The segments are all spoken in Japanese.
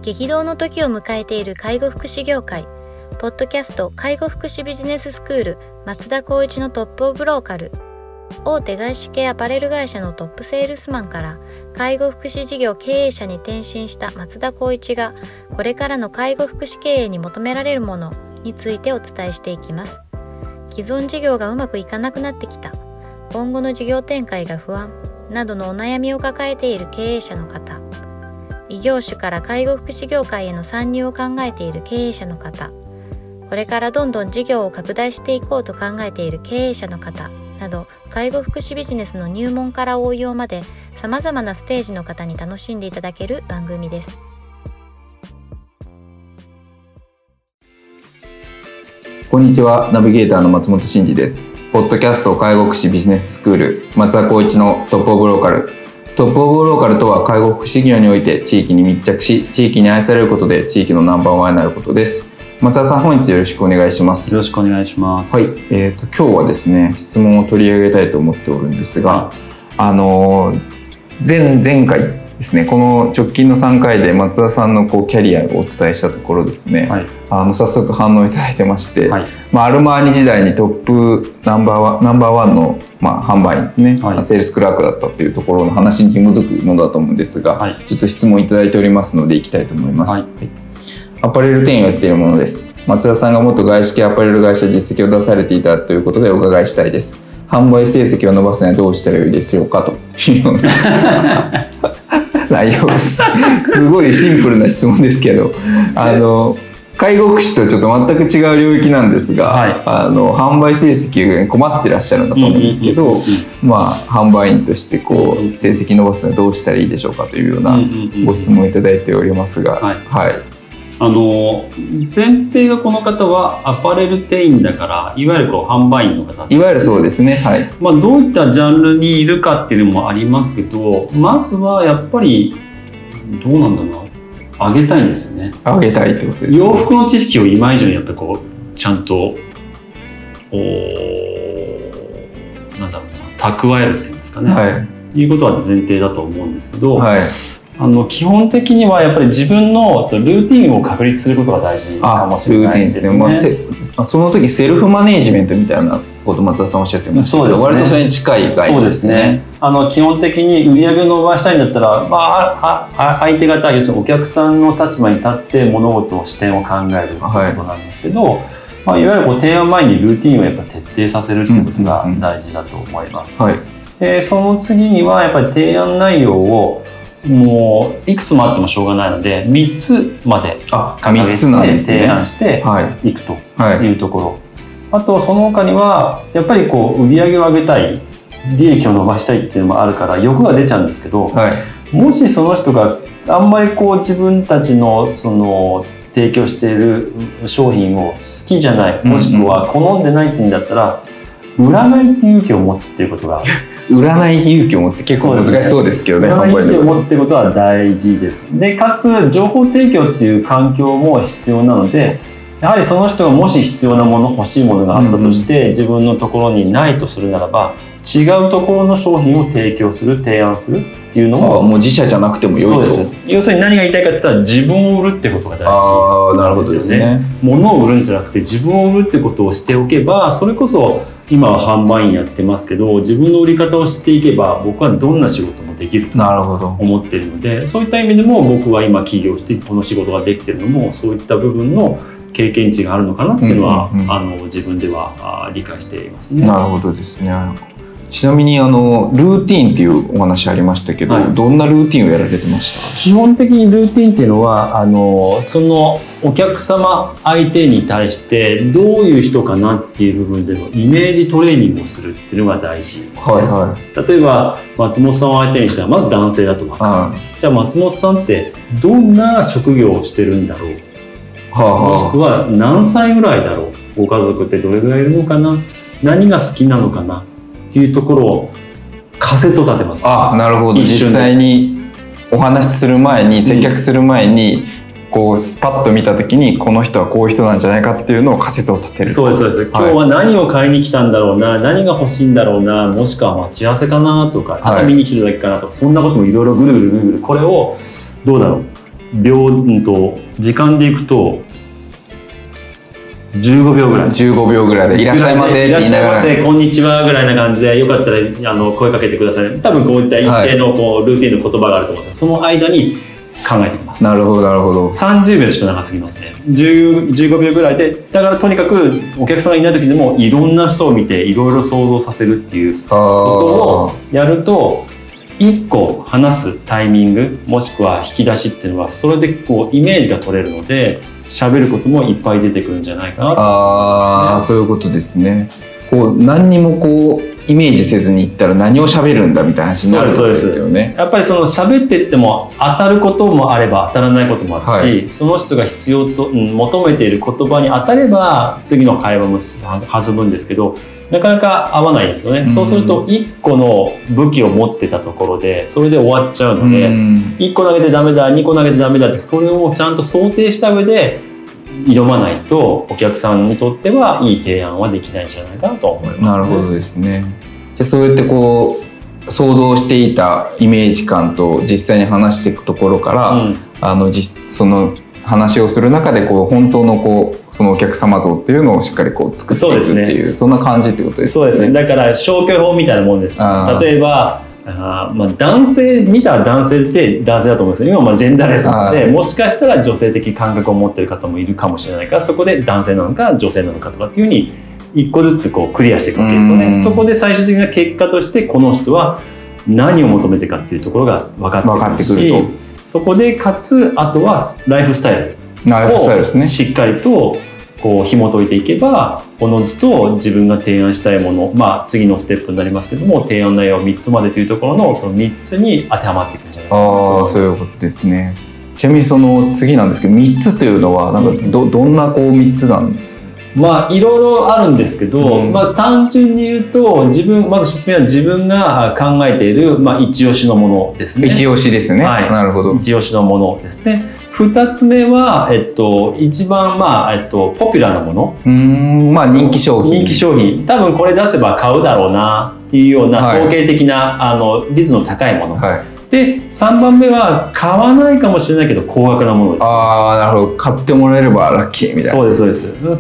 激動の時を迎えている介護福祉業界。ポッドキャスト介護福祉ビジネススクール松田光一のトップオブローカル。大手外資系アパレル会社のトップセールスマンから介護福祉事業経営者に転身した松田光一が、これからの介護福祉経営に求められるものについてお伝えしていきます。既存事業がうまくいかなくなってきた、今後の事業展開が不安などのお悩みを抱えている経営者の方、異業種から介護福祉業界への参入を考えている経営者の方、これからどんどん事業を拡大していこうと考えている経営者の方など、介護福祉ビジネスの入門から応用まで様々なステージの方に楽しんでいただける番組です。 こんにちは、ナビゲーターの松本真嗣です。ポッドキャスト介護福祉ビジネススクール松田光一のトップオブローカル。トップオブローカルとは、介護福祉業において地域に密着し、地域に愛されることで地域のナンバーワンになることです。松田さん、本日よろしくお願いします。 よろしくお願いします。 はい、今日はですね、質問を取り上げたいと思っておるんですが、前回ですね、この直近の3回で松田さんのキャリアをお伝えしたところですね、はい、早速反応いただいてまして、はい、アルマーニ時代にトップナンバーワンの、販売員ですね、はい、セールスクラークだったというところの話に紐づくものだと思うんですが、はい、ちょっと質問いただいておりますのでいきたいと思います。はいはい、アパレル店員をやっているものです。松田さんが元外資系アパレル会社実績を出されていたということでお伺いしたいです。販売成績を伸ばすにはどうしたらよいでしょうかというような内容です。すごいシンプルな質問ですけど、介護福祉とちょっと全く違う領域なんですが、はい、販売成績に困ってらっしゃるんだと思うんですけど、販売員として成績伸ばすにはどうしたらいいでしょうかというようなご質問をいただいておりますが、はいはい、 前提がこの方はアパレル店員だから、いわゆる販売員の方、 いわゆるそうですね、はい。 どういったジャンルにいるかっていうのもありますけど、まずはやっぱりどうなんだろうな、上げたいんですよね。 上げたいってことですね。 洋服の知識を今以上にやっぱりちゃんとなんだろうな、蓄えるっていうんですかね、はい、いうことは前提だと思うんですけど、はい、基本的にはやっぱり自分のルーティンを確立することが大事かもしれないですね。 ルーティンですね。その時セルフマネージメントみたいなこと松田さんおっしゃってましたけど、割とそれに近い概念ですね。そうですね。 基本的に売り上げを伸ばしたいんだったら、相手方、要するにお客さんの立場に立って物事を視点を考えるということなんですけど、いわゆる提案前にルーティンをやっぱ徹底させるということが大事だと思います。はい、でその次にはやっぱり提案内容をもういくつもあってもしょうがないので、3つまで掲げて提案していくというところ、あとその他にはやっぱり売り上げを上げたい、利益を伸ばしたいっていうのもあるから欲が出ちゃうんですけど、はい、もしその人があんまり自分たちの提供している商品を好きじゃない、もしくは好んでないっていうんだったら、売らないっていう勇気を持つっていうことが売らない勇気を持って結構難しそうですけどね。 売らない勇気を持つってことは大事です。でかつ情報提供っていう環境も必要なので、やはりその人がもし必要なもの、欲しいものがあったとして、自分のところにないとするならば、違うところの商品を提供する、提案するっていうのも、 もう自社じゃなくても良いと。 そうです。要するに何が言いたいかって言ったら、自分を売るってことが大事なんですよね。物を売るんじゃなくて自分を売るってことをしておけば、それこそ今は販売員やってますけど、自分の売り方を知っていけば僕はどんな仕事もできると思っているので、そういった意味でも僕は今起業してこの仕事ができているのも、そういった部分の経験値があるのかなっていうのは、自分では理解していますね。 なるほどですね。ちなみにルーティンっていうお話ありましたけど、はい、どんなルーティンをやられてました？ 基本的にルーティンっていうのはそのお客様相手に対してどういう人かなっていう部分でのイメージトレーニングをするっていうのが大事です。はいはい、例えば松本さんを相手にしたらまず男性だと分かる。じゃあ松本さんってどんな職業をしてるんだろう、もしくは何歳ぐらいだろう、ご家族ってどれぐらいいるのかな、何が好きなのかなっていうところを仮説を立てます。 なるほど。実際にお話しする前に、接客する前にパッと見た時にこの人はこういう人なんじゃないかっていうのを仮説を立てる。 そうですそうです。今日は何を買いに来たんだろうな、何が欲しいんだろうな、もしくは待ち合わせかなとか、ただ見に来るだけかなとか、そんなこともいろいろぐるぐるこれをどうだろう、 時間でいくと15秒ぐらい 15秒ぐらいでいらっしゃいませって言いながら、 いらっしゃいませこんにちはぐらいな感じでよかったら声かけてください。多分こういった一定のルーティンの言葉があると思うんですよ。その間に考えていきます。 なるほどなるほど。 30秒ちょっと長すぎますね。15秒ぐらいで、だからとにかくお客さんがいない時でもいろんな人を見ていろいろ想像させるっていうことをやると、1個話すタイミングもしくは引き出しっていうのはそれでこうイメージが取れるので、喋ることもいっぱい出てくるんじゃないかなと思いますね。 そういうことですね。こう何にもこうイメージせずにいったら何を喋るんだみたいな話になるんですよね。 やっぱりその喋っていっても当たることもあれば当たらないこともあるし、その人が必要と、求めている言葉に当たれば次の会話も弾むんですけど、なかなか合わないですよね。そうすると1個の武器を持ってたところでそれで終わっちゃうので、1個投げてダメだ2個投げてダメだってこれをちゃんと想定した上で挑まないとお客さんにとってはいい提案はできないんじゃないかなと思いますね。 なるほどですね。でそうやってこう想像していたイメージ感と実際に話していくところから、その話をする中でこう本当のこうそのお客様像っていうのをしっかりこう作っていくっていう、そんな感じってことですね。 そうですね。だから消去法みたいなもんです。例えば男性見た男性って男性だと思うんですよ。今ジェンダーレスなので、もしかしたら女性的感覚を持っている方もいるかもしれないから、そこで男性なのか女性なのかとかっていうふうに一個ずつこうクリアしていくわけですよね。そこで最終的な結果としてこの人は何を求めてかっていうところが分かってくるし、そこでかつあとはライフスタイルをしっかりとこう紐解いていけば、おのずと自分が提案したいもの、次のステップになりますけども、提案内容3つまでというところのその3つに当てはまっていくんじゃないかなと思います。 そういうことですね。ちなみにその次なんですけど、3つというのはなんかどんなこう3つなんですか？ いろいろあるんですけど、単純に言うとまず1つ目は自分が考えている、一押しのものですね。 一押しですね。なるほど。 一押しのものですね。2つ目は、一番、ポピュラーなもの。 人気商品。多分これ出せば買うだろうなっていうような統計的な、率の高いもの。で3番目は買わないかもしれないけど高額なものです。 なるほど。買ってもらえればラッキーみたいな。 そうですそうです。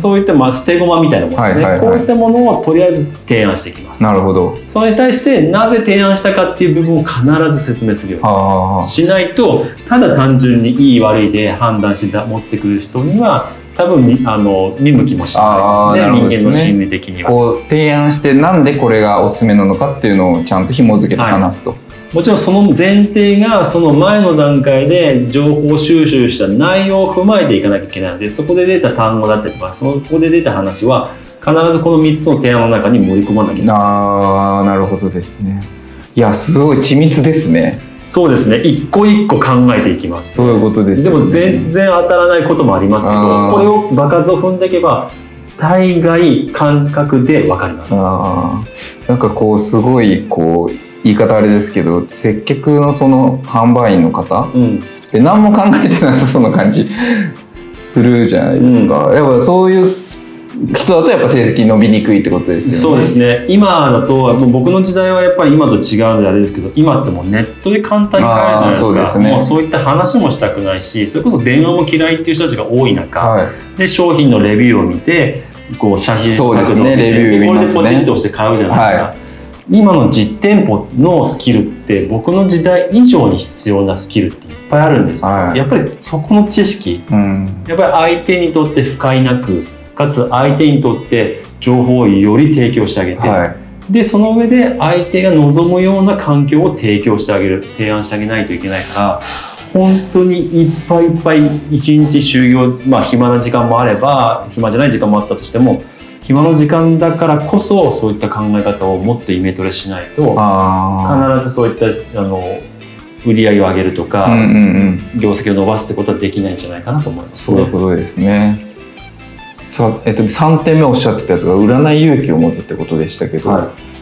そういった捨て駒みたいなものですね。こういったものをとりあえず提案していきます。 なるほど。 それに対してなぜ提案したかっていう部分を必ず説明するようにしないと、ただ単純にいい悪いで判断して持ってくる人には多分見向きもしないですね。人間の心理的にはこう提案してなんでこれがおすすめなのかっていうのをちゃんと紐付けて話すと。 もちろんその前提がその前の段階で情報収集した内容を踏まえていかなきゃいけないので、そこで出た単語だったりとかそこで出た話は必ずこの3つの提案の中に盛り込まなきゃいけない。 なるほどですね。いやすごい緻密ですね。 そうですね。一個一個考えていきます、 そういうことですよね。 でも全然当たらないこともありますけど、これを場数を踏んでいけば大概感覚で分かります。 なんかこうすごいこう言い方あれですけど、接客のその販売員の方、で何も考えてなさそうな感じするじゃないですか。やっぱそういう人だとやっぱ成績伸びにくいってことですよね。 そうですね。今だと僕の時代はやっぱり今と違うのであれですけど、今ってもうネットで簡単に買えるじゃないですか。そうですね。もうそういった話もしたくないし、それこそ電話も嫌いっていう人たちが多い中、で商品のレビューを見てこう写真そうですね、レビュー見ますね。 これでポチッと押して買うじゃないですか。今の実店舗のスキルって僕の時代以上に必要なスキルっていっぱいあるんですけど、やっぱりそこの知識、やっぱり相手にとって不快なくかつ相手にとって情報をより提供してあげて、でその上で相手が望むような環境を提供してあげる、提案してあげないといけないから、本当にいっぱいいっぱい一日就業、暇な時間もあれば暇じゃない時間もあったとしても、暇の時間だからこそそういった考え方をもっとイメトレしないと、必ずそういった売り上げを上げるとか、業績を伸ばすってことはできないんじゃないかなと思います、 そういうことですね。3点目おっしゃってたやつが占い勇気を持つってことでしたけど、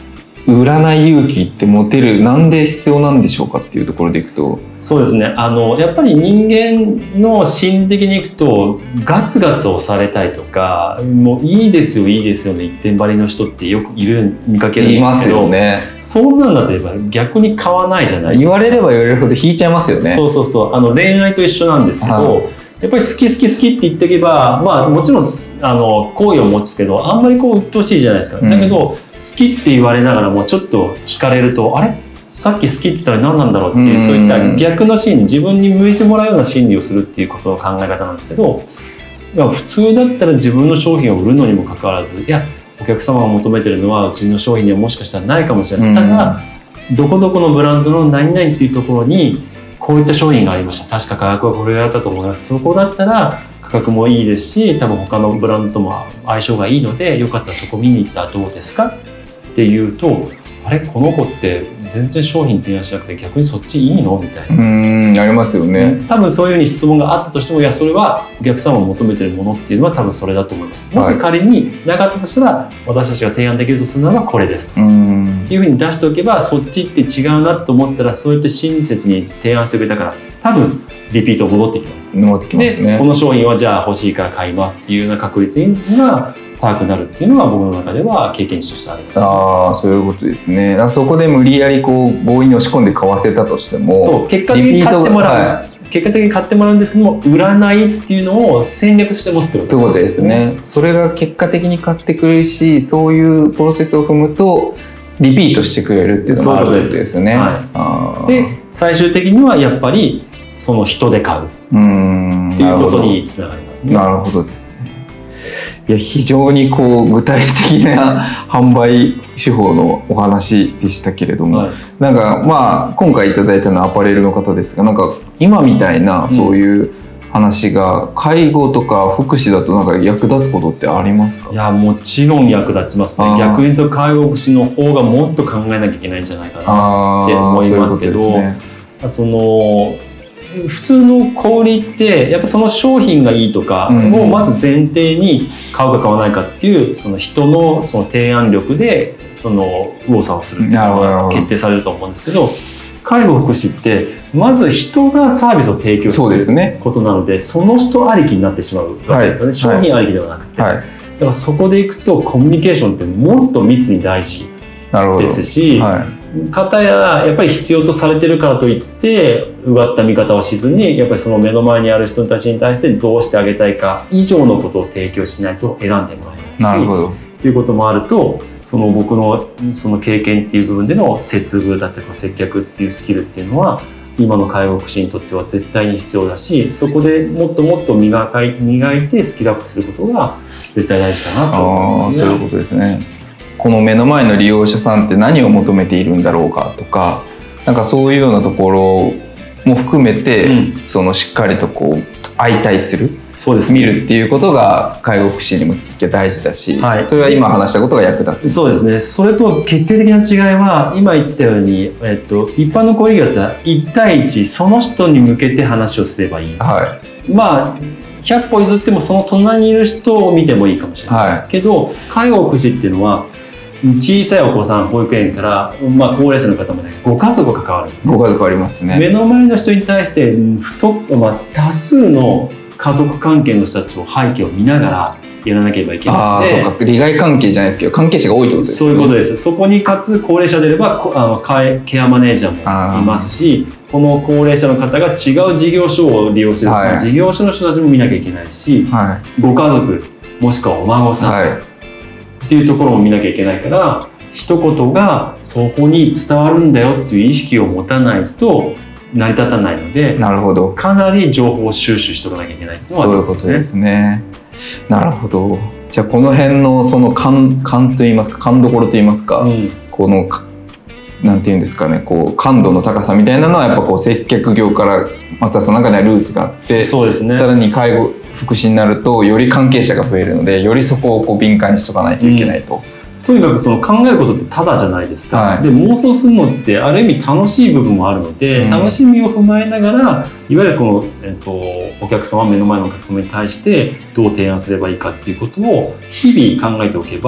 占い勇気って持てる、なんで必要なんでしょうかっていうところでいくと。 そうですね、やっぱり人間の心理的にいくとガツガツ押されたいとか、もういいですよいいですよの一点張りの人ってよく見かけるんですけど、 いますよね。 そうなんだと言えば逆に買わないじゃないですか。 言われれば言われるほど引いちゃいますよね。 そうそうそう、恋愛と一緒なんですけど、やっぱり好き好き好きって言っていけば、まあもちろん好意を持つけど、あんまりこう鬱陶しいじゃないですか。だけど好きって言われながらもちょっと惹かれると、あれさっき好きって言ったら何なんだろうっていう、そういった逆の心理、自分に向いてもらうような心理をするっていうことの考え方なんですけど、普通だったら自分の商品を売るのにもかかわらず、いやお客様が求めてるのはうちの商品にはもしかしたらないかもしれないです。ただどこどこのブランドの何々っていうところにこういった商品がありました、確か価格はこれがあったと思います、そこだったら価格もいいですし、多分他のブランドとも相性がいいのでよかったらそこ見に行ったらどうですかっていうと、あれこの子って全然商品提案しなくて逆にそっちいいのみたいな、 ありますよね。 多分そういうふうに質問があったとしても、いやそれはお客様が求めてるものっていうのは多分それだと思います。もし仮になかったとしたら、私たちが提案できるとするのはこれですというふうに出しておけば、そっちって違うなと思ったらそうやって親切に提案してくれたから多分リピート戻ってきます。 戻ってきますね。 でこの商品はじゃあ欲しいから買いますっていうような確率が高くなるっていうのが僕の中では経験値としてあります、ね。 ああ、そういうことですね。そこで無理やりこう強引に押し込んで買わせたとしても、 そう結果的に買ってもらう、結果的に買ってもらうんですけども、占いっていうのを戦略して持つってことですね。それが結果的に買ってくれるし、そういうプロセスを踏むとリピートしてくれるっていうのもあるんですね。 で最終的にはやっぱりその人で買うっていうことにつながりますね。 なるほどですね。いや非常にこう具体的な販売手法のお話でしたけれども、なんかまあ今回いただいたのはアパレルの方ですが、なんか今みたいなそういう話が介護とか福祉だとなんか役立つことってありますか？ いやもちろん役立ちますね。逆に言うと介護福祉の方がもっと考えなきゃいけないんじゃないかなって思いますけど、その普通の小売りってやっぱその商品がいいとかをまず前提に買うか買わないかっていうその人のその提案力でその右往左往するっていうのが決定されると思うんですけど、介護福祉ってまず人がサービスを提供することなので、その人ありきになってしまうわけですよね、商品ありきではなくて、だからそこでいくとコミュニケーションってもっと密に大事ですし、方ややっぱり必要とされてるからといってうがった見方をしずに、やっぱりその目の前にある人たちに対してどうしてあげたいか以上のことを提供しないと選んでもらえないしっていうこともあると、その僕のその経験っていう部分での接遇だったり接客っていうスキルっていうのは今の介護福祉にとっては絶対に必要だし、そこでもっともっと磨いてスキルアップすることが絶対大事かなと思いますね。 そういうことですね。この目の前の利用者さんって何を求めているんだろうかとか、なんかそういうようなところも含めて、そのしっかりとこう相対する、見るっていうことが介護福祉にも大事だし、それは今話したことが役立つ。 そうですね。それと決定的な違いは今言ったように、一般の小売業だったら1対1その人に向けて話をすればいい、まあ100歩譲ってもその隣にいる人を見てもいいかもしれない、けど介護福祉っていうのは小さいお子さん保育園から、高齢者の方までご家族が関わるんですね。 ご家族ありますね。 目の前の人に対して多数の家族関係の人たちを背景を見ながらやらなければいけないので、 そうか、利害関係じゃないですけど関係者が多いってことですね。 そういうことです。そこにかつ高齢者であればケアマネージャーもいますし、この高齢者の方が違う事業所を利用してるんです、事業所の人たちも見なきゃいけないし、ご家族もしくはお孫さん、っていうところも見なきゃいけないから、一言がそこに伝わるんだよっていう意識を持たないと成り立たないので、 なるほど、 かなり情報収集しておかなきゃいけないっていうのはありますね。 そういうことですね。なるほど。じゃあこの辺のその勘といいますか、勘どころといいますか、このなんていうんですかね、こう感度の高さみたいなのはやっぱこう接客業から松田さんの中にはルーツがあって、 そうですね。 さらに介護福祉になるとより関係者が増えるので、よりそこをこう敏感にしとかないといけないと。 とにかくその考えることってただじゃないですか、で妄想するのってある意味楽しい部分もあるので、楽しみを踏まえながらいわゆるこの、お客様、目の前のお客様に対してどう提案すればいいかっていうことを日々考えておけば、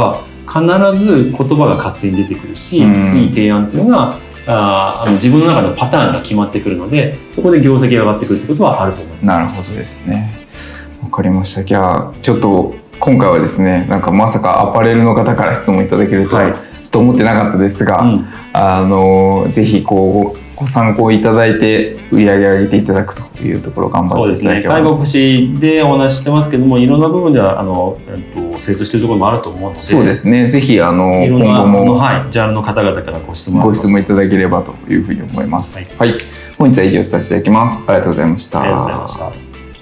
必ず言葉が勝手に出てくるし、いい提案っていうのが自分の中のパターンが決まってくるので、そこで業績が上がってくるってことはあると思います。 なるほどですね。わかりました。じゃあちょっと今回はですね、なんかまさかアパレルの方から質問いただけるとはちょっと思ってなかったですが、ぜひご参考いただいて売り上げ上げていただくというところを頑張っていただければ。 そうですね。介護福祉でお話ししてますけども、いろんな部分では精通しているところもあると思うので、 そうですね。ぜひ今後もジャンルの方々からご質問いただければというふうに思います。はい。本日は以上させていただきます。ありがとうございました。 ありがとうございました。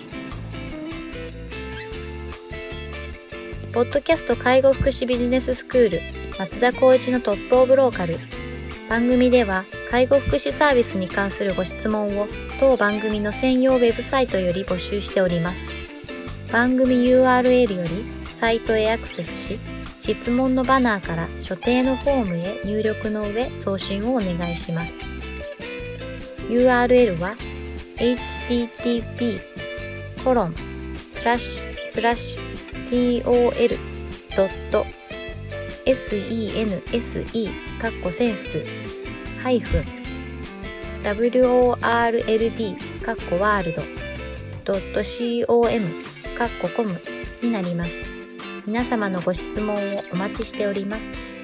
ポッドキャスト介護福祉ビジネススクール松田光一のトップオブローカル。番組では介護福祉サービスに関するご質問を当番組の専用ウェブサイトより募集しております。番組 URL よりサイトへアクセスし、質問のバナーから所定のフォームへ入力の上送信をお願いします。URL は http://tol.sense（world.com） になります。皆様のご質問をお待ちしております。